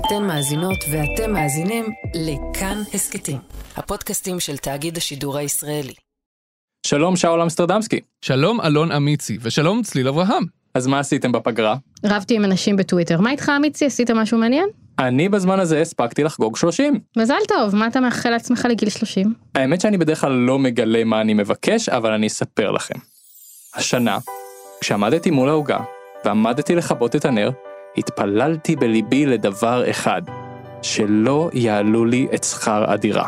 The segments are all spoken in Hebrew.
אתן מאזינות ואתם מאזינים לכאן הסקטים, הפודקאסטים של תאגיד השידור הישראלי. שלום שאול אמסטרדמסקי. שלום אלון אמיצי, ושלום צליל אברהם. אז מה עשיתם בפגרה? רבתי עם אנשים בטוויטר. מה איתך אמיצי? עשית משהו מעניין? אני בזמן הזה הספקתי לחגוג 30. מזל טוב, מה אתה מאחל לעצמך לגיל 30? האמת שאני בדרך כלל לא מגלה מה אני מבקש, אבל אני אספר לכם. השנה, כשעמדתי מול ההוגה, ועמדתי לכבות את הנר, התפללתי בליבי לדבר אחד, שלא יעלו לי את שכר הדירה.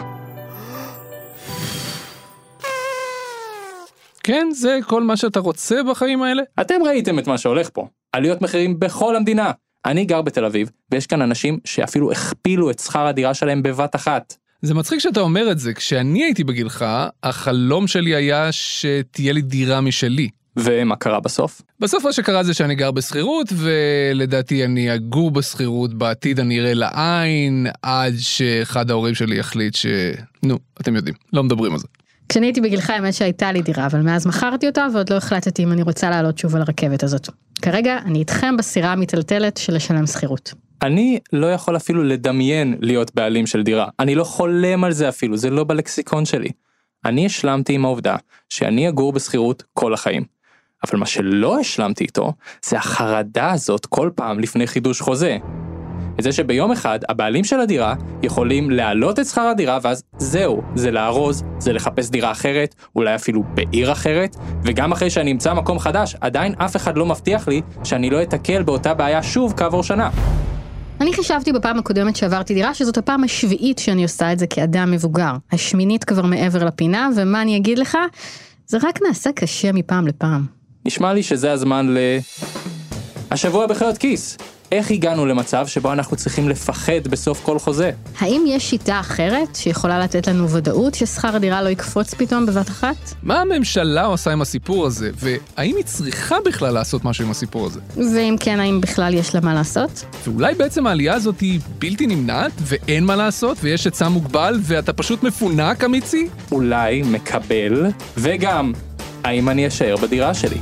כן, זה כל מה שאתה רוצה בחיים האלה? אתם ראיתם את מה שהולך פה. עליות מחירים בכל המדינה. אני גר בתל אביב, ויש כאן אנשים שאפילו הכפילו את שכר הדירה שלהם בבת אחת. זה מצחיק שאתה אומר את זה. כשאני הייתי בגילך, החלום שלי היה שתהיה לי דירה משלי. ומה קרה בסוף? בסוף מה שקרה זה שאני גר בסחירות, ולדעתי אני אגור בסחירות בעתיד הנראה לעין, עד שאחד ההורים שלי יחליט נו, אתם יודעים, לא מדברים על זה. כשאני הייתי בגילך, האמת שהייתה לי דירה, אבל מאז מכרתי אותה, ועוד לא החלטתי אם אני רוצה לעלות שוב על הרכבת הזאת. כרגע אני איתכם בסירה המטלטלת של לשלם שכירות. אני לא יכול אפילו לדמיין להיות בעלים של דירה. אני לא חולם על זה אפילו, זה לא בלקסיקון שלי. אני השלמתי עם העובדה שאני אגור בסחירות כל החיים. אבל מה שלא השלמתי איתו, זה החרדה הזאת כל פעם לפני חידוש חוזה. את זה שביום אחד הבעלים של הדירה יכולים להעלות את שכר הדירה, ואז זהו, זה לארוז, זה לחפש דירה אחרת, אולי אפילו בעיר אחרת, וגם אחרי שאני אמצא מקום חדש, עדיין אף אחד לא מבטיח לי שאני לא אתקל באותה בעיה שוב כעבור שנה. אני חשבתי בפעם הקודמת שעברתי דירה, שזאת הפעם השביעית שאני עושה את זה כאדם מבוגר. השמינית כבר מעבר לפינה, ומה אני אגיד לך? זה רק נעשה קשה מפעם לפעם. נשמע לי שזה הזמן השבוע בחיות כיס. איך הגענו למצב שבו אנחנו צריכים לפחד בסוף כל חוזה? האם יש שיטה אחרת שיכולה לתת לנו ודאות ששכר הדירה לא יקפוץ פתאום בבת אחת? מה הממשלה עושה עם הסיפור הזה? והאם היא צריכה בכלל לעשות משהו עם הסיפור הזה? ואם כן, האם בכלל יש לה מה לעשות? ואולי בעצם העלייה הזאת היא בלתי נמנעת, ואין מה לעשות, ויש היצע מוגבל, ואתה פשוט מפונק, אמיצי? אולי מקבל, וגם, האם אני אשאר בדירה שלי?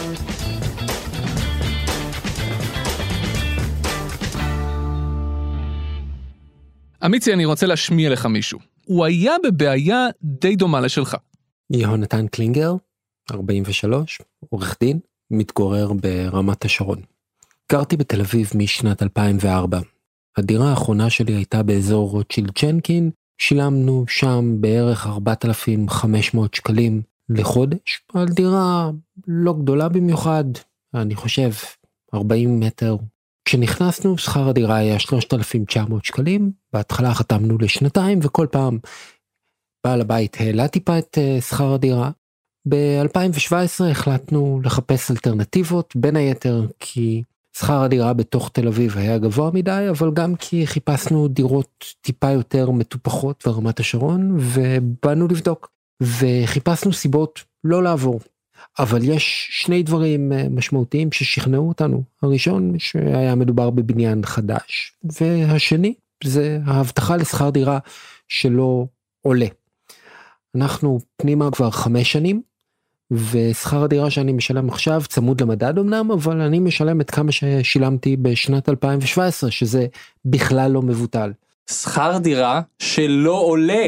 אמיצי, אני רוצה להשמיע לך מישהו. הוא היה בבעיה די דומה לשלך. יהונתן קלינגר, 43, עורך דין, מתגורר ברמת השרון. גרתי בתל אביב משנת 2004. הדירה האחרונה שלי הייתה באזור רוטשילד ג'נקין, שילמנו שם בערך 4,500 שקלים לחודש, על דירה לא גדולה במיוחד, אני חושב 40 מטר. כשנכנסנו, שכר הדירה היה 3,900 שקלים, בהתחלה חתמנו לשנתיים, וכל פעם בעל הבית העלה טיפה את שכר הדירה. ב-2017 החלטנו לחפש אלטרנטיבות, בין היתר כי שכר הדירה בתוך תל אביב היה גבוה מדי, אבל גם כי חיפשנו דירות טיפה יותר מטופחות ברמת השרון, ובאנו לבדוק, וחיפשנו סיבות לא לעבור. אבל יש שני דברים משמעותיים ששכנעו אותנו. הראשון שהיה מדובר בבניין חדש, והשני זה ההבטחה לשכר דירה שלא עולה. אנחנו פנימה כבר 5 שנים, ושכר הדירה שאני משלם עכשיו צמוד למדד אמנם, אבל אני משלם את כמה ששילמתי בשנת 2017, שזה בכלל לא מבוטל. שכר דירה שלא עולה.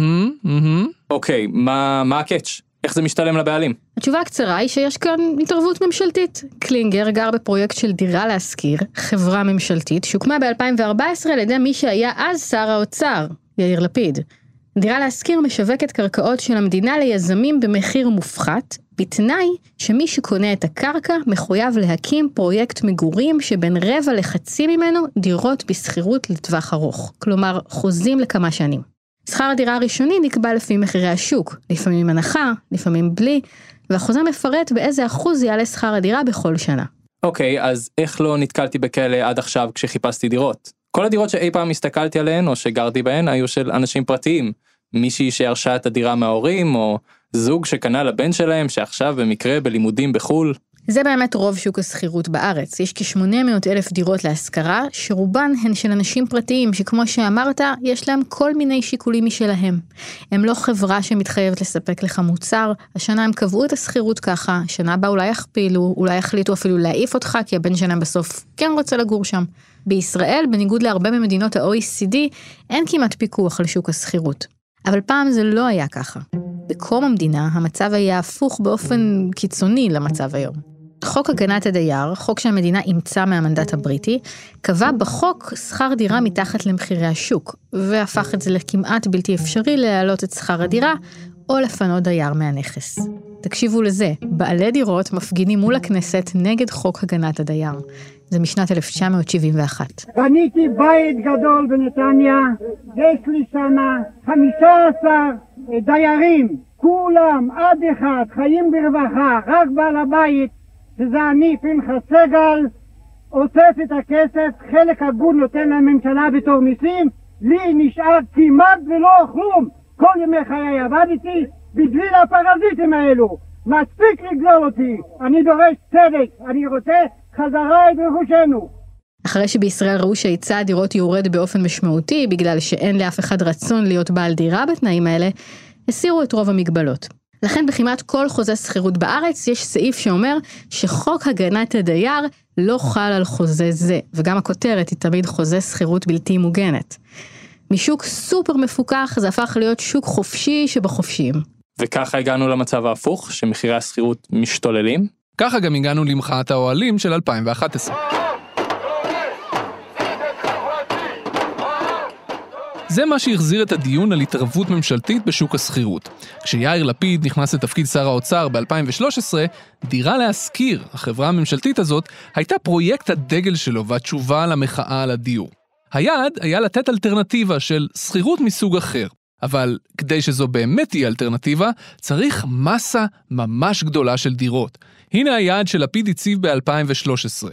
אוקיי, מה הקאץ'? איך זה משתלם לבעלים? התשובה הקצרה היא שיש כאן התערבות ממשלתית. קלינגר גר בפרויקט של דירה להשכיר, חברה ממשלתית, שהוקמה ב-2014 על ידי מי שהיה אז שר האוצר, יאיר לפיד. דירה להשכיר משווקת קרקעות של המדינה ליזמים במחיר מופחת, בתנאי שמי שקונה את הקרקע מחויב להקים פרויקט מגורים שבין רבע לחצי ממנו דירות בסחירות לטווח ארוך, כלומר חוזים לכמה שנים. שכר הדירה הראשוני נקבע לפי מחירי השוק, לפעמים הנחה, לפעמים בלי, והחוזה מפרט באיזה אחוז יעלה שכר הדירה בכל שנה. אוקיי, אז איך לא נתקלתי בכאלה עד עכשיו כשחיפשתי דירות? כל הדירות שאי פעם הסתכלתי עליהן או שגרתי בהן היו של אנשים פרטיים, מישהי שהרשה את הדירה מההורים או זוג שקנה לבן שלהם שעכשיו במקרה בלימודים בחול. זה באמת רוב שוק השכירות בארץ. יש כ-800,000 דירות להשכרה, שרובן הן של אנשים פרטיים, שכמו שאמרת, יש להם כל מיני שיקולים משלהם. הם לא חברה שמתחייבת לספק לך מוצר, השנה הם קבעו את השכירות ככה, שנה הבאה אולי יכפילו, אולי יחליטו אפילו להעיף אותך, כי הבן שלהם בסוף כן רוצה לגור שם. בישראל, בניגוד להרבה ממדינות ה-OECD, אין כמעט פיקוח על שוק השכירות. אבל פעם זה לא היה ככה. בקום המדינה, המצב היה הפוך באופן קיצוני למצב היום. חוק הגנת הדייר, חוק שהמדינה אימצה מהמנדט הבריטי, קבע בחוק שכר דירה מתחת למחירי השוק, והפך את זה לכמעט בלתי אפשרי להעלות את שכר הדירה, או לפנות דייר מהנכס. תקשיבו לזה, בעלי דירות מפגינים מול הכנסת נגד חוק הגנת הדייר. זה משנת 1971. בניתי בית גדול בנתניה, יש לי שמה 15 דיירים, כולם עד אחד, חיים ברווחה, רק בעל הבית, שזה אני, פנחס סגל, אוסף את הכסף, חלק הגון נותן לממשלה בתור מיסים, לי נשאר כמעט ולא כלום. כל ימי חיי עבדתי בשביל הפרזיטים האלו. מספיק לגזול אותי, אני דורש צדק, אני רוצה חזרה את רכושנו. אחרי שבישראל ראו שהיצע הדירות יורד באופן משמעותי, בגלל שאין לאף אחד רצון להיות בעל דירה בתנאים האלה, הסירו את רוב המגבלות. לכן בכמעט כל חוזה שכירות בארץ יש סעיף שאומר שחוק הגנת הדייר לא חל על חוזה זה, וגם הכותרת היא תמיד חוזה שכירות בלתי מוגנת. משוק סופר מפוקח זה הפך להיות שוק חופשי שבחופשיים. וככה הגענו למצב ההפוך, שמחירי השכירות משתוללים. ככה גם הגענו למחאת האוהלים של 2011. זה מה שהחזיר את הדיון על התערבות ממשלתית בשוק השכירות. כשיאיר לפיד נכנס לתפקיד שר האוצר ב-2013, דירה להשכיר, החברה הממשלתית הזאת, הייתה פרויקט הדגל שלו והתשובה למחאה על הדיור. היעד היה לתת אלטרנטיבה של שכירות מסוג אחר. אבל כדי שזו באמת תהיה אלטרנטיבה, צריך מסה ממש גדולה של דירות. הנה היעד שלפיד הציב ב-2013.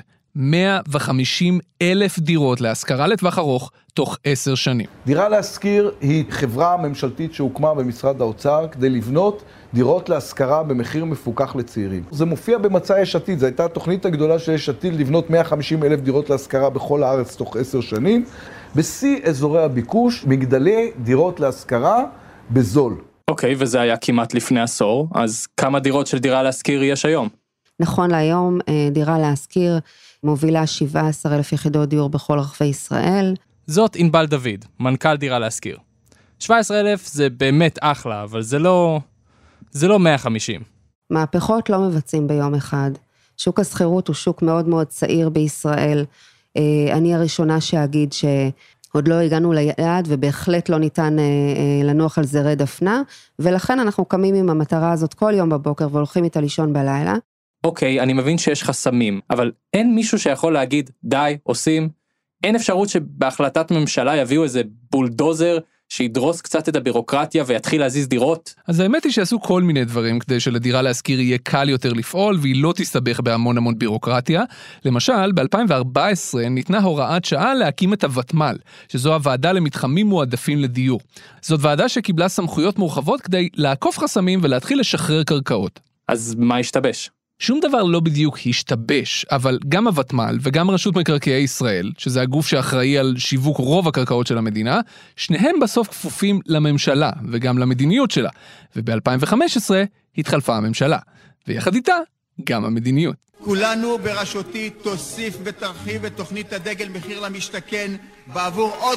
150,000 דירות להשכרה לטווח ארוך תוך 10 שנים. דירה להשכיר היא חברה ממשלתית שהוקמה במשרד האוצר כדי לבנות דירות להשכרה במחיר מפוקח לצעירים. זה מופיע במצע יש עתיד, זו הייתה התוכנית הגדולה של יש עתיד לבנות 150,000 דירות להשכרה בכל הארץ תוך 10 שנים. בשיא אזורי הביקוש, מגדלי דירות להשכרה בזול. אוקיי, וזה היה כמעט לפני עשור, אז כמה דירות של דירה להשכיר יש היום? נכון להיום, דירה להשכיר מובילה 17,000 יחידות דיור בכל רחבי ישראל. זאת ענבל דוד, מנכ"ל דירה להשכיר. 17,000 זה באמת אחלה, אבל זה לא 150. מהפכות לא מבצעים ביום אחד. שוק השכירות הוא שוק מאוד מאוד צעיר בישראל. אני הראשונה שאגיד שעוד לא הגענו ליעד, ובהחלט לא ניתן לנוח על זרי דפנה, ולכן אנחנו קמים עם המטרה הזאת כל יום בבוקר, והולכים איתה לישון בלילה. אוקיי, אני מבין שיש חסמים, אבל אין מישהו שיכול להגיד, די, עושים. אין אפשרות שבהחלטת ממשלה יביאו איזה בולדוזר, שידרוס קצת את הבירוקרטיה ויתחיל להזיז דירות. אז האמת היא שעשו כל מיני דברים כדי שלדירה להשכיר יהיה קל יותר לפעול, והיא לא תסתבך בהמון בירוקרטיה. למשל, ב-2014 ניתנה הוראת שעה להקים את הוותמ"ל, שזו הוועדה למתחמים מועדפים לדיור. זאת ועדה שקיבלה סמכויות מורחבות כדי לעקוף חסמים ולהתחיל לשחרר קרקעות. אז מה השתבש? שום דבר לא בדיוק השתבש, אבל גם הוותמ"ל וגם רשות מקרקעי ישראל, שזה הגוף שאחראי על שיווק רוב הקרקעות של המדינה, שניהם בסוף כפופים לממשלה וגם למדיניות שלה. וב-2015 התחלפה הממשלה, ויחד איתה גם המדיניות. כולנו בראשותי תוסיף ותרחיב את תוכנית הדגל מחיר למשתכן בעבור עוד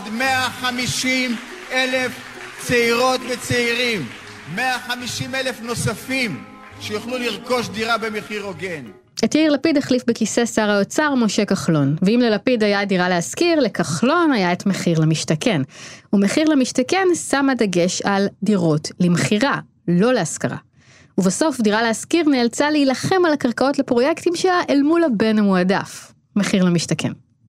150,000 צעירות וצעירים, 150,000 נוספים. שיוכלו לרכוש דירה במחיר הוגן. את יאיר לפיד החליף בכיסא שר האוצר משה כחלון, ואם ללפיד היה דירה להשכיר, לכחלון היה את מחיר למשתכן. ומחיר למשתכן שמה דגש על דירות למחירה, לא להשכרה. ובסוף דירה להשכיר נאלצה להילחם על הקרקעות לפרויקטים שלה אל מול הבן המועדף, מחיר למשתכן.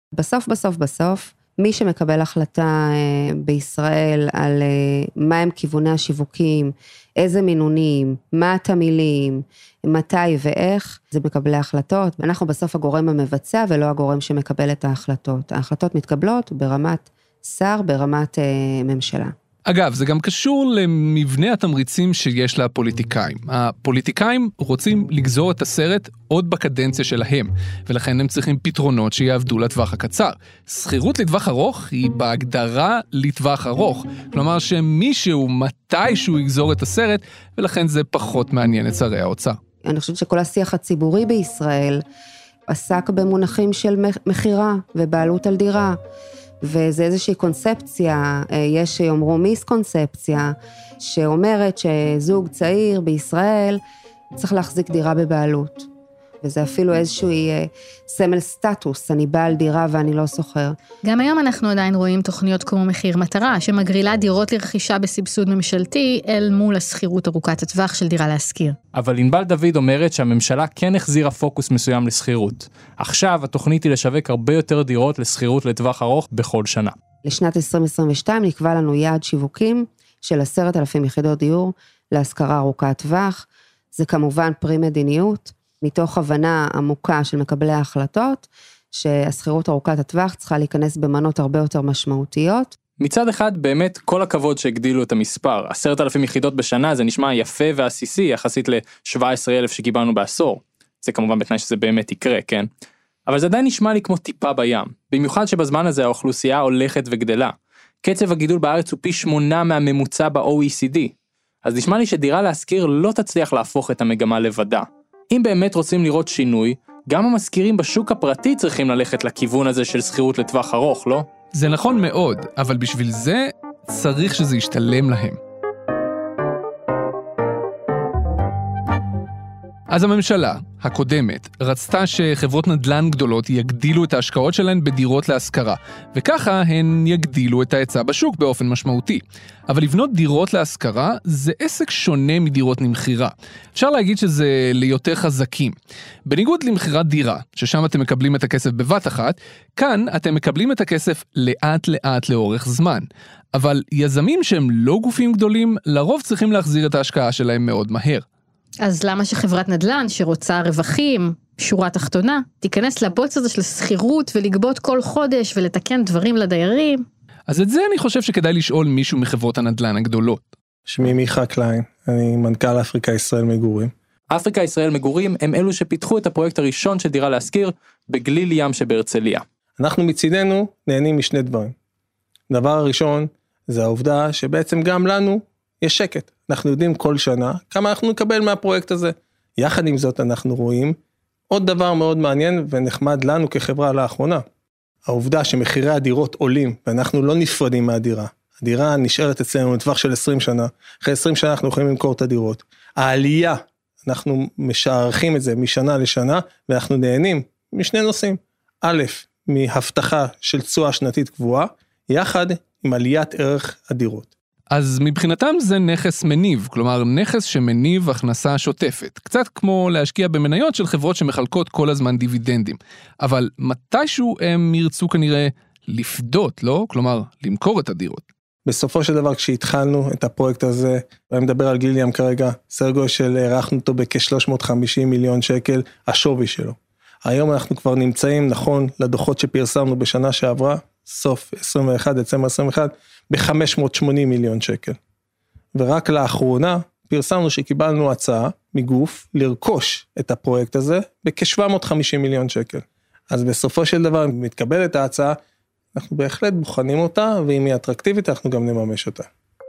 בסוף, מי שמקבל החלטה בישראל על מה הם כיווני השיווקים, איזה מינונים, מה התמילים, מתי ואיך, זה מקבלי החלטות. אנחנו בסוף הגורם המבצע ולא הגורם שמקבל את ההחלטות. ההחלטות מתקבלות ברמת שר, ברמת ממשלה. אגב, זה גם קשור למבנה התמריצים שיש לפוליטיקאים. הפוליטיקאים רוצים לגזור את הסרט עוד בקדנציה שלהם, ולכן הם צריכים פתרונות שיעבדו לטווח הקצר. שכירות לטווח ארוך היא בהגדרה לטווח ארוך, כלומר שמישהו מתישהו יגזור את הסרט, ולכן זה פחות מעניין את שרי האוצר. אני חושבת שכל השיח הציבורי בישראל עסק במונחים של מחירה ובעלות על דירה, וזה איזושהי קונספציה, יש שיאמרו מיסקונספציה, שאומרת שזוג צעיר בישראל צריך להחזיק דירה בבעלות. וזה אפילו איזשהו סמל סטטוס, אני בעל דירה ואני לא סוחר. גם היום אנחנו עדיין רואים תוכניות כמו מחיר מטרה, שמגרילה דירות לרכישה בסבסוד ממשלתי, אל מול הסחירות ארוכת הטווח של דירה להשכיר. אבל ענבל דוד אומרת שהממשלה כן החזירה פוקוס מסוים לסחירות. עכשיו התוכנית היא לשווק הרבה יותר דירות לסחירות לטווח ארוך בכל שנה. לשנת 2022 נקבע לנו יעד שיווקים של 10,000 יחידות דיור להשכרה ארוכת טווח. זה כמובן פרי מדיניות, מתוך הבנה עמוקה של מקבלי ההחלטות, שהסחירות ארוכת הטווח צריכה להיכנס במנות הרבה יותר משמעותיות. מצד אחד, באמת כל הכבוד שהגדילו את המספר. 10,000 יחידות בשנה זה נשמע יפה ועסיסי, יחסית ל-17,000 שקיבלנו בעשור. זה כמובן בתנאי שזה באמת יקרה, כן? אבל זה עדיין נשמע לי כמו טיפה בים. במיוחד שבזמן הזה האוכלוסייה הולכת וגדלה. קצב הגידול בארץ הוא פי 8 מהממוצע ב-OECD. אז נשמע לי שדירה להשכיר לא תצליח להפוך את המגמה לבדה. אם באמת רוצים לראות שינוי, גם המשכירים בשוק הפרטי צריכים ללכת לכיוון הזה של שכירות לטווח ארוך, לא? זה נכון מאוד, אבל בשביל זה צריך שזה ישתלם להם. אז הממשלה הקודמת רצתה שחברות נדל"ן גדולות יגדילו את ההשקעות שלהן בדירות להשכרה, וככה הן יגדילו את ההיצע בשוק באופן משמעותי. אבל לבנות דירות להשכרה זה עסק שונה מדירות למכירה. אפשר להגיד שזה ליותר חזקים. בניגוד למכירת דירה, ששם אתם מקבלים את הכסף בבת אחת, כאן אתם מקבלים את הכסף לאט לאט לאורך זמן. אבל יזמים שהם לא גופים גדולים, לרוב צריכים להחזיר את ההשקעה שלהם מאוד מהר. אז למה שחברת נדל"ן שרוצה רווחים, שורה תחתונה, תיכנס לבוץ הזה של סחירות ולגבות כל חודש ולתקן דברים לדיירים? אז את זה אני חושב שכדאי לשאול מישהו מחברות הנדל"ן הגדולות. שמי מיכה קליין, אני מנכ"ל אפריקה ישראל מגורים. אפריקה ישראל מגורים הם אלו שפיתחו את הפרויקט הראשון של דירה להשכיר בגליל ים שבהרצליה. אנחנו מצידנו נהנים משני דברים. דבר הראשון זה העובדה שבעצם גם לנו יש שקט. אנחנו יודעים כל שנה כמה אנחנו נקבל מהפרויקט הזה. יחד עם זאת אנחנו רואים עוד דבר מאוד מעניין ונחמד לנו כחברה לאחרונה. העובדה שמחירי הדירות עולים ואנחנו לא נפרדים מהדירה. הדירה נשארת אצלנו לטווח של 20 שנה. אחרי 20 שנה אנחנו יכולים למכור את הדירות. העלייה, אנחנו משערכים את זה משנה לשנה ואנחנו נהנים משני נושאים. א', מהבטחה של תשואה שנתית קבועה, יחד עם עליית ערך הדירות. אז מבחינתם זה נכס מניב, כלומר נכס שמניב הכנסה שוטפת, קצת כמו להשקיע במניות של חברות שמחלקות כל הזמן דיבידנדים, אבל מתישהו הם ירצו כנראה לפדות, לא? כלומר למכור את הדירות. בסופו של דבר כשהתחלנו את הפרויקט הזה, אני מדבר על גליל ים כרגע, סרגו של הערכנו אותו בכ-350 מיליון שקל, השווי שלו. היום אנחנו כבר נמצאים, נכון, לדוחות שפרסמנו בשנה שעברה, סוף 21, דצמבר 21, ב-580 מיליון שקל. ורק לאחרונה פרסמנו שקיבלנו הצעה מגוף לרכוש את הפרויקט הזה בכ-750 מיליון שקל. אז בסופו של דבר, אם מתקבלת ההצעה, אנחנו בהחלט בוחנים אותה, ואם היא אטרקטיבית, אנחנו גם נממש אותה.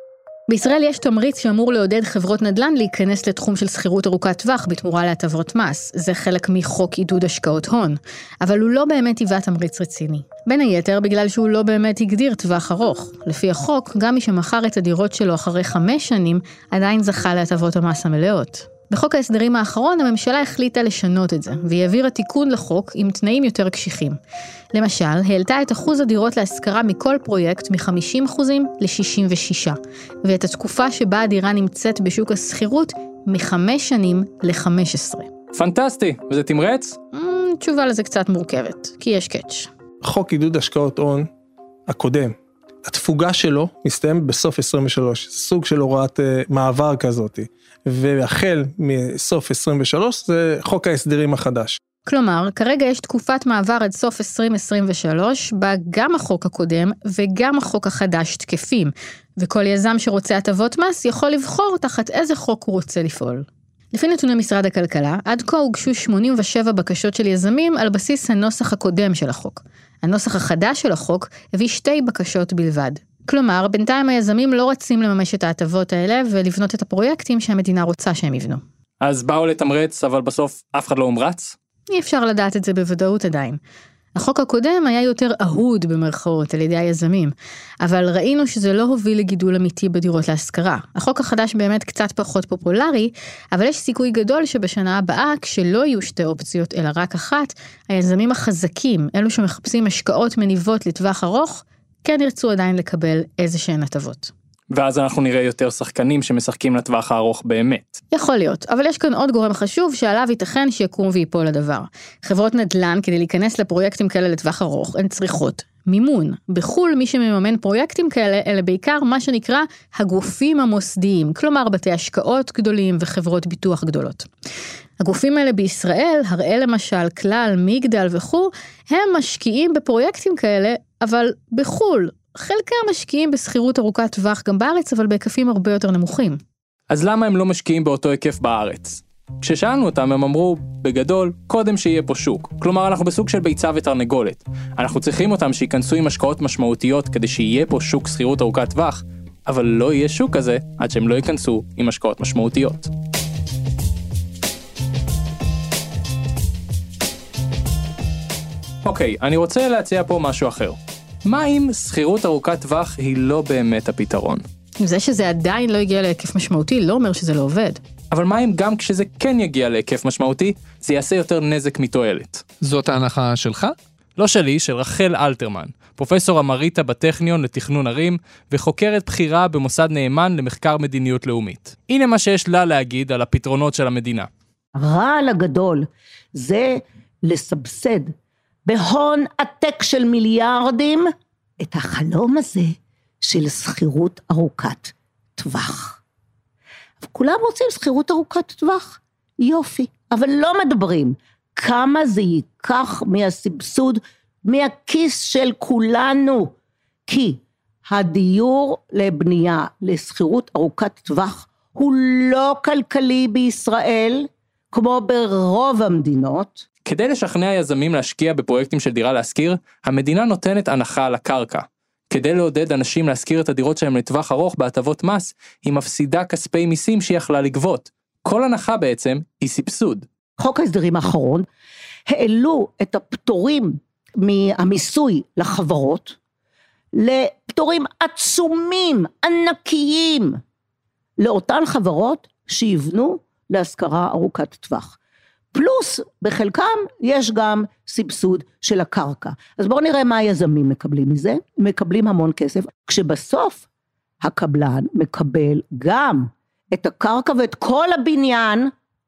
בישראל יש תמריץ שאמור לעודד חברות נדל"ן להיכנס לתחום של שכירות ארוכת טווח בתמורה להטבות מס. זה חלק מחוק עידוד השקעות הון, אבל הוא לא באמת היווה תמריץ רציני. בין היתר בגלל שהוא לא באמת הגדיר טווח ארוך. לפי החוק, גם מי שמכר את הדירות שלו אחרי 5 שנים, עדיין זכה להטבות המס המלאות. בחוק ההסדרים האחרון, הממשלה החליטה לשנות את זה, והיא העבירה תיקון לחוק עם תנאים יותר קשיחים. למשל, העלתה את אחוז הדירות להשכרה מכל פרויקט מ-50% ל-66%, ואת התקופה שבה הדירה נמצאת בשוק הסחירות מ5 שנים ל-15. פנטסטי, וזה תמרץ? תשובה לזה קצת מורכבת, כי יש קאץ'. חוק עידוד השקעות הון הקודם, התפוגה שלו מסתיים בסוף 23, סוג של הוראת מעבר כזאת, והחל מסוף 23 זה חוק ההסדרים החדש. כלומר, כרגע יש תקופת מעבר עד סוף 2023, בה גם החוק הקודם וגם החוק החדש תקפים, וכל יזם שרוצה הטבות מס יכול לבחור תחת איזה חוק הוא רוצה לפעול. לפי נתוני משרד הכלכלה, עד כה הוגשו 87 בקשות של יזמים על בסיס הנוסח הקודם של החוק. הנוסח החדש של החוק הביא 2 בקשות בלבד. כלומר, בינתיים היזמים לא רצים לממש את ההטבות האלה ולבנות את הפרויקטים שהמדינה רוצה שהם יבנו. אז באו לתמרץ, אבל בסוף אף אחד לא אומרץ? אי אפשר לדעת את זה בוודאות עדיין. החוק הקודם היה יותר אהוד במרכאות על ידי היזמים, אבל ראינו שזה לא הוביל לגידול אמיתי בדירות להשכרה. החוק החדש באמת קצת פחות פופולרי, אבל יש סיכוי גדול שבשנה הבאה, כשלא יהיו 2 אופציות אלא רק אחת, היזמים החזקים, אלו שמחפשים השקעות מניבות לטווח ארוך, כן ירצו עדיין לקבל איזשהן הטבות. ואז אנחנו נראה יותר שחקנים שמשחקים לטווח הארוך באמת. יכול להיות, אבל יש כאן עוד גורם חשוב שעליו ייתכן שיקום ויפול הדבר. חברות נדל"ן, כדי להיכנס לפרויקטים כאלה לטווח ארוך, הן צריכות מימון. בחול מי שמממן פרויקטים כאלה, אלה בעיקר מה שנקרא הגופים המוסדיים, כלומר בתי השקעות גדולים וחברות ביטוח גדולות. הגופים האלה בישראל, הראל למשל, כלל, מגדל וכו', הם משקיעים בפרויקטים כאלה, אבל בחול. חלקם משקיעים בסחירות ארוכת טווח גם בארץ, אבל בהיקפים הרבה יותר נמוכים. אז למה הם לא משקיעים באותו היקף בארץ? כששאלנו אותם הם אמרו, בגדול, קודם שיהיה פה שוק. כלומר, אנחנו בסוג של ביצה ותרנגולת. אנחנו צריכים אותם שיכנסו עם השקעות משמעותיות כדי שיהיה פה שוק סחירות ארוכת טווח, אבל לא יהיה שוק כזה עד שהם לא ייכנסו עם השקעות משמעותיות. אוקיי, אני רוצה להציע פה משהו אחר. מה אם סחירות ארוכת טווח היא לא באמת הפתרון? זה שזה עדיין לא יגיע להיקף משמעותי לא אומר שזה לא עובד. אבל מה אם גם כשזה כן יגיע להיקף משמעותי, זה יעשה יותר נזק מתועלת? זאת ההנחה שלך? לא שלי, של רחל אלתרמן, פרופסור אמריטה בטכניון לתכנון ערים, וחוקרת בחירה במוסד נאמן למחקר מדיניות לאומית. הנה מה שיש לה להגיד על הפתרונות של המדינה. הרעל הגדול זה לסבסד בהון עתק של מיליארדים את החלום הזה של סחירות ארוכת טווח. כולם רוצים סחירות ארוכת טווח, יופי, אבל לא מדברים כמה זה ייקח מהסבסוד, מהכיס של כולנו, כי הדיור לבנייה לסחירות ארוכת טווח הוא לא כלכלי בישראל, כמו ברוב המדינות. כדי לשכנע יזמים להשקיע בפרויקטים של דירה להשכיר, המדינה נותנת הנחה על הקרקע. כדי לעודד אנשים להשכיר את הדירות שלהם לטווח ארוך בהטבות מס, היא מפסידה כספי מיסים שהיא יכלה לגבות. כל הנחה בעצם היא סבסוד. חוק ההסדרים האחרון העלו את הפטורים מהמיסוי לחברות, לפטורים עצומים, ענקיים, לאותן חברות שיבנו להשכרה ארוכת טווח. פלוס בחלקם יש גם סבסוד של הקרקע. אז בואו נראה מה היזמים מקבלים מזה. מקבלים המון כסף, כשבסוף הקבלן מקבל גם את הקרקע ואת כל הבניין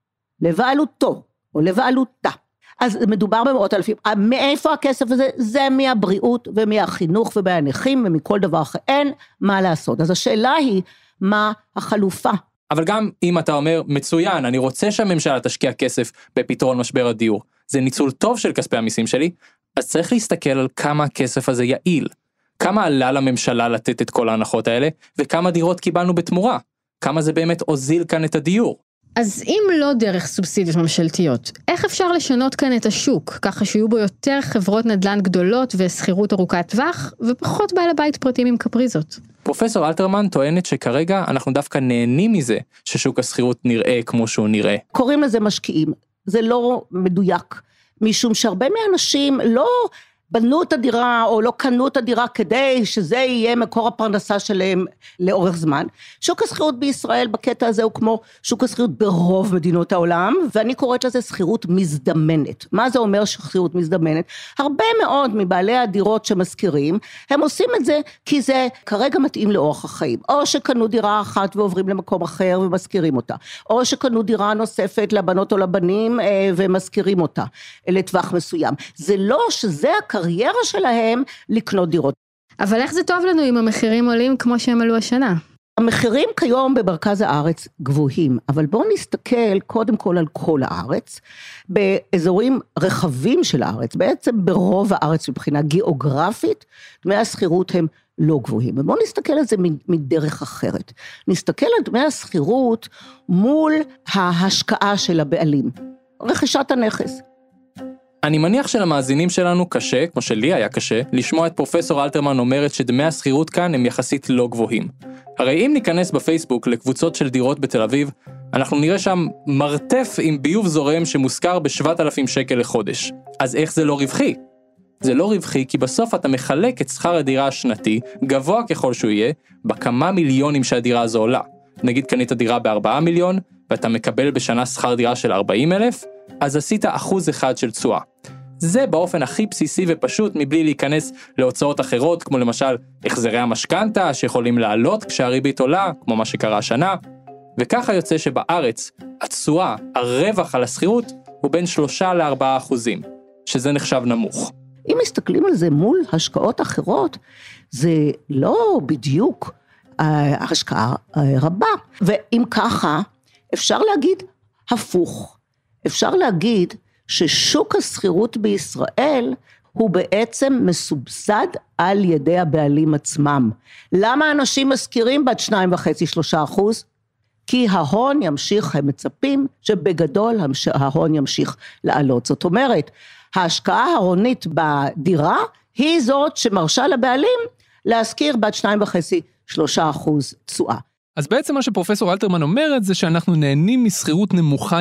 לבעלותו או לבעלותה. אז מדובר במאות אלפים. מאיפה הכסף הזה? זה מהבריאות ומהחינוך ומהנכים ומכל דבר אחר. אין מה לעשות. אז השאלה היא מה החלופה. אבל גם אם אתה אומר, מצוין, אני רוצה שהממשלה תשקיע כסף בפתרון משבר הדיור, זה ניצול טוב של כספי המיסים שלי, אז צריך להסתכל על כמה הכסף הזה יעיל. כמה עלה לממשלה לתת את כל ההנחות האלה, וכמה דירות קיבלנו בתמורה. כמה זה באמת הוזיל כאן את הדיור. אז אם לא דרך סובסידיות ממשלתיות, איך אפשר לשנות כאן את השוק, ככה שיהיו בו יותר חברות נדל"ן גדולות וסחירות ארוכת טווח, ופחות בעלי בית פרטיים עם קפריזות? פרופסור אלתרמן טוענת שכרגע אנחנו דווקא נהנים מזה ששוק הסחירות נראה כמו שהוא נראה. קוראים לזה משקיעים, זה לא מדויק, משום שהרבה מהאנשים לא בנו את הדירה או לא קנו את הדירה כדי שזה יהיה מקור הפרנסה שלהם לאורך זמן. שוק הסחירות בישראל בקטע הזה הוא כמו שוק הסחירות ברוב מדינות העולם, ואני קוראת לזה סחירות מזדמנת. מה זה אומר סחירות מזדמנת? הרבה מאוד מבעלי הדירות שמזכירים, הם עושים את זה כי זה כרגע מתאים לאורח החיים. או שקנו דירה אחת ועוברים למקום אחר ומזכירים אותה. או שקנו דירה נוספת לבנות או לבנים ומזכירים אותה לטווח מסוים. זה לא שזה הקריירה שלהם לקנות דירות. אבל איך זה טוב לנו אם המחירים עולים כמו שהם עלו השנה? המחירים כיום במרכז הארץ גבוהים, אבל בואו נסתכל קודם כל על כל הארץ, באזורים רחבים של הארץ, בעצם ברוב הארץ מבחינה גיאוגרפית, דמי השכירות הם לא גבוהים, ובואו נסתכל על זה מדרך אחרת, נסתכל על דמי השכירות מול ההשקעה של הבעלים, רכישת הנכס. אני מניח שלמאזינים שלנו קשה, כמו שלי היה קשה, לשמוע את פרופסור אלתרמן אומרת שדמי השכירות כאן הם יחסית לא גבוהים. הרי אם ניכנס בפייסבוק לקבוצות של דירות בתל אביב, אנחנו נראה שם מרתף עם ביוב זורם שמושכר ב7,000 שקל לחודש. אז איך זה לא רווחי? זה לא רווחי כי בסוף אתה מחלק את שכר הדירה השנתי, גבוה ככל שהוא יהיה, בכמה מיליונים שהדירה הזו עולה. נגיד קנית דירה ב4 מיליון, ואתה מקבל בשנה שכר דירה של 40,000, אז עשית 1% של תשואה. זה באופן הכי בסיסי ופשוט מבלי להיכנס להוצאות אחרות, כמו למשל החזרי המשכנתה שיכולים לעלות כשהריבית עולה, כמו מה שקרה השנה, וככה יוצא שבארץ התשואה, הרווח על השכירות, הוא בין 3-4%, שזה נחשב נמוך. אם מסתכלים על זה מול השקעות אחרות, זה לא בדיוק השקעה רבה, ואם ככה אפשר להגיד הפוך, אפשר להגיד ששוק השכירות בישראל הוא בעצם מסובסד על ידי הבעלים עצמם. למה אנשים משכירים בת 2.5-3%? כי ההון ימשיך, הם מצפים שבגדול ההון ימשיך לעלות. זאת אומרת, ההשקעה ההונית בדירה היא זאת שמרשה לבעלים להשכיר בת 2.5-3% תשואה. אז בעצם מה שפרופסור אלתרמן אומרת זה שאנחנו נהנים מסחירות נמוכה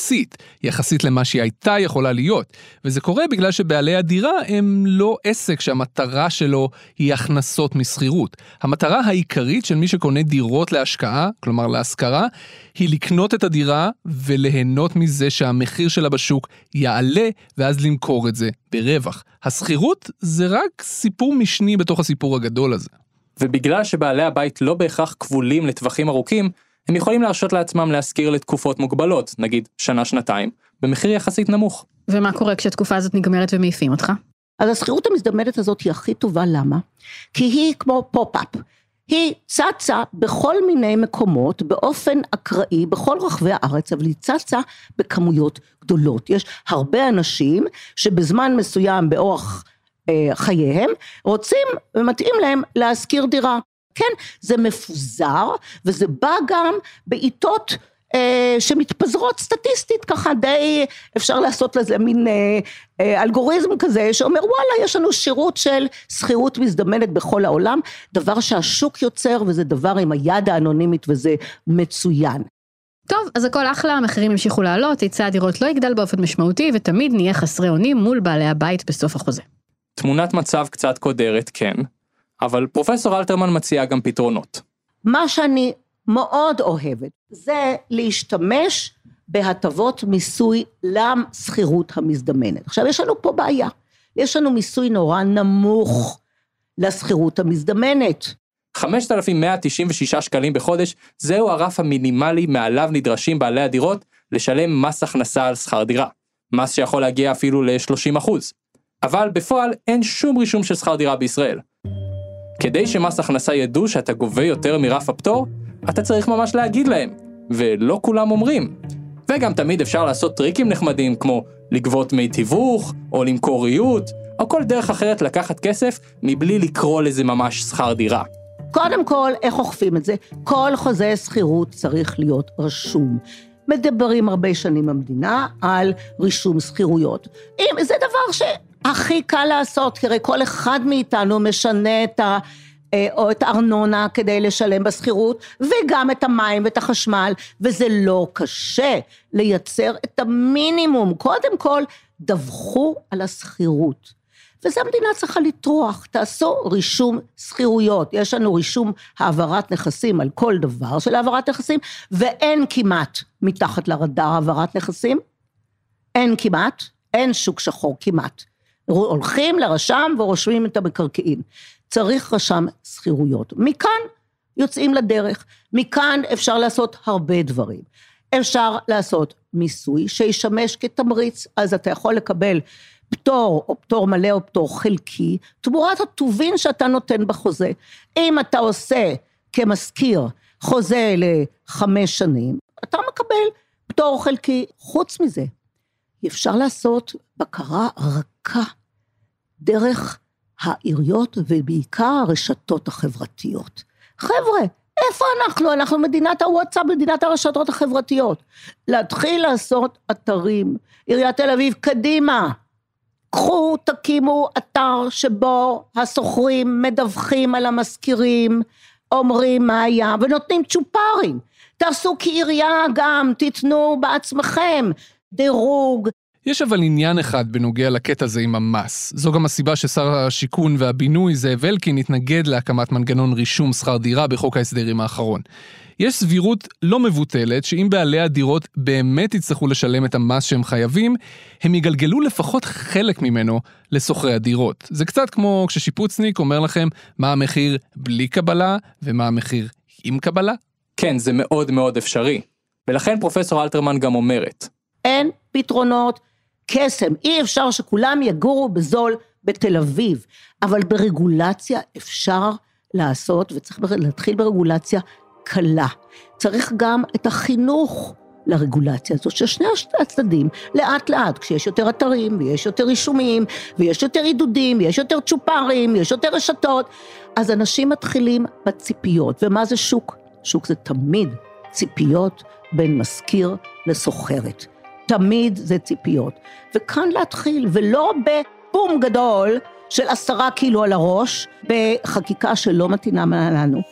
יחסית למה שהיא הייתה יכולה להיות, וזה קורה בגלל שבעלי הדירה הם לא עסק שהמטרה שלו היא הכנסות מסחירות. המטרה העיקרית של מי שקונה דירות להשקעה, כלומר להשכרה, היא לקנות את הדירה וליהנות מזה שהמחיר שלה בשוק יעלה ואז למכור את זה ברווח. הסחירות זה רק סיפור משני בתוך הסיפור הגדול הזה. ובגלל שבעלי הבית לא בהכרח כבולים לטווחים ארוכים, הם יכולים להרשות לעצמם להשכיר לתקופות מוגבלות, נגיד שנה-שנתיים, במחיר יחסית נמוך. ומה קורה כשהתקופה הזאת נגמרת ומעיפים אותך? אז השכירות המזדמנת הזאת היא הכי טובה, למה? כי היא כמו פופ-אפ, היא צצה בכל מיני מקומות, באופן אקראי, בכל רחבי הארץ, אבל היא צצה בכמויות גדולות. יש הרבה אנשים שבזמן מסוים באורח חייהם, רוצים ומתאים להם להשכיר דירה. כן, זה מפוזר, וזה בא גם בעיתות שמתפזרות סטטיסטית, ככה די אפשר לעשות לזה מין אלגוריזם כזה, שאומר וואלה, יש לנו שירות של שכירות מזדמנת בכל העולם, דבר שהשוק יוצר, וזה דבר עם היד האנונימית, וזה מצוין. טוב, אז הכל אחלה, המחירים ימשיכו לעלות, היצע הדירות לא יגדל באופן משמעותי, ותמיד נהיה חסרי אונים מול בעלי הבית בסוף החוזה. תמונת מצב קצת קודרת, כן, אבל פרופסור אלתרמן מציע גם פתרונות. מה שאני מאוד אוהבת, זה להשתמש בהטבות מיסוי לשכירות המזדמנת. עכשיו, יש לנו פה בעיה, יש לנו מיסוי נורא נמוך לשכירות המזדמנת. 5,196 שקלים בחודש, זהו הרף המינימלי מעליו נדרשים בעלי הדירות לשלם מס הכנסה על שכר דירה. מס שיכול להגיע אפילו ל-30%. אבל בפועל אין שום רישום של שכר דירה בישראל. כדי שמס הכנסה ידעו שאתה גובה יותר מרף הפטור, אתה צריך ממש להגיד להם, ולא כולם אומרים. וגם תמיד אפשר לעשות טריקים נחמדים כמו לגבות מי תיווך, או למכור ריהוט, או כל דרך אחרת לקחת כסף מבלי לקרוא לזה ממש שכר דירה. קודם כל, איך אוכפים את זה? כל חוזה שכירות צריך להיות רשום. מדברים הרבה שנים במדינה על רישום שכירויות. זה דבר שהכי קל לעשות, כי הרי כל אחד מאיתנו משנה או את הארנונה כדי לשלם בשכירות, וגם את המים ואת החשמל, וזה לא קשה לייצר את המינימום. קודם כל, דווחו על השכירות. וזה המדינה צריכה לטרוח, תעשו רישום שכירויות, יש לנו רישום העברת נכסים על כל דבר של העברת נכסים, ואין כמעט מתחת לרדאר העברת נכסים, אין כמעט, אין שוק שחור כמעט, הולכים לרשם ורושמים את המקרקעין, צריך רשם שכירויות, מכאן יוצאים לדרך, מכאן אפשר לעשות הרבה דברים, אפשר לעשות מיסוי שישמש כתמריץ, אז אתה יכול לקבל פטור, או פטור מלא, או פטור חלקי, תמורת הטובין שאתה נותן בחוזה. אם אתה עושה כמזכיר חוזה ל5 שנים, אתה מקבל פטור חלקי. חוץ מזה, אפשר לעשות בקרה רכה דרך העיריות ובעיקר הרשתות החברתיות. חבר'ה, איפה אנחנו? אנחנו מדינת הוואטסאפ, מדינת הרשתות החברתיות. להתחיל לעשות אתרים. עיריית תל אביב, קדימה. קחו, תקימו אתר שבו הסוחרים מדווחים על המזכירים, אומרים מה היה, ונותנים צ'ופרים. תעשו כעירייה גם, תיתנו בעצמכם דירוג. יש אבל עניין אחד בנוגע לקטע הזה עם המס. זו גם הסיבה ששר השיכון והבינוי זאב אלקין התנגד להקמת מנגנון רישום שכר דירה בחוק ההסדרים האחרון. יש סבירות לא מבוטלת שאם בעלי הדירות באמת יצטרכו לשלם את המס שהם חייבים, הם יגלגלו לפחות חלק ממנו לסוחרי הדירות. זה קצת כמו כששיפוצניק אומר לכם מה המחיר בלי קבלה ומה המחיר עם קבלה. כן, זה מאוד מאוד אפשרי. ולכן פרופסור אלתרמן גם אומרת, אין פתרונות קסם, אי אפשר שכולם יגורו בזול בתל אביב, אבל ברגולציה אפשר לעשות, וצריך להתחיל ברגולציה קלה. צריך גם את החינוך לרגולציה הזאת, ששני הצדדים לאט לאט, כשיש יותר אתרים, ויש יותר רישומים, ויש יותר עידודים, ויש יותר צ'ופרים, ויש יותר רשתות, אז אנשים מתחילים בציפיות. ומה זה שוק? שוק זה תמיד ציפיות בין מזכיר לסוחרת. תמיד זה ציפיות. וכאן להתחיל, ולא בבום גדול של 10 קילו על הראש, בחקיקה שלא מתאימה לנו.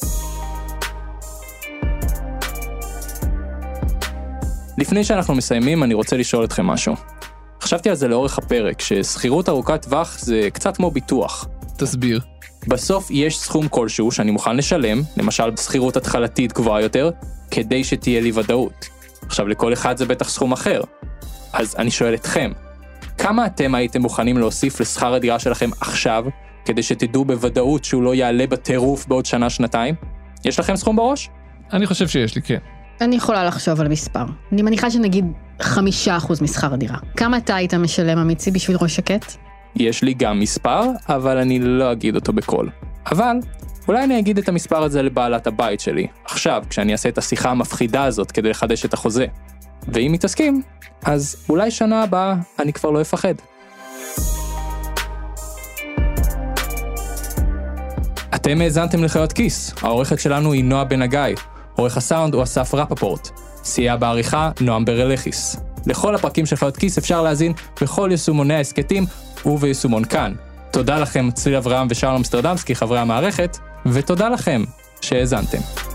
לפני שאנחנו מסיימים, אני רוצה לשאול אתכם משהו. חשבתי על זה לאורך הפרק, ששכירות ארוכת טווח זה קצת כמו ביטוח. תסביר. בסוף יש סכום כלשהו שאני מוכן לשלם, למשל שכירות התחלתית גבוהה יותר, כדי שתהיה לי ודאות. עכשיו לכל אחד זה בטח סכום אחר. אז אני שואל אתכם, כמה אתם הייתם מוכנים להוסיף לשכר הדירה שלכם עכשיו, כדי שתדעו בוודאות שהוא לא יעלה בטירוף בעוד שנה-שנתיים? יש לכם סכום בראש? אני חושב שיש לי, כן. אני יכולה לחשוב על מספר. אני מניחה שנגיד 5% משכר הדירה. כמה אתה היית משלם אמיצי בשביל ראש שקט? יש לי גם מספר, אבל אני לא אגיד אותו בקול. אבל אולי אני אגיד את המספר הזה לבעלת הבית שלי, עכשיו, כשאני אעשה את השיחה המפחידה הזאת כדי לחדש את החוזה. ואם היא תסכים, אז אולי שנה הבאה אני כבר לא אפחד. אתם האזנתם לחיות כיס. העורכת שלנו היא נועה בן הגיא. עורך הסאונד הוא אסף רפפורט. סייע בעריכה נועם ברלכיס. לכל הפרקים של חיות כיס אפשר להזין בכל יישומוני העסקתים וביישומון כאן. תודה לכם צליל אברהם ושלום אמסטרדמסקי חברי המערכת, ותודה לכם שהאזנתם.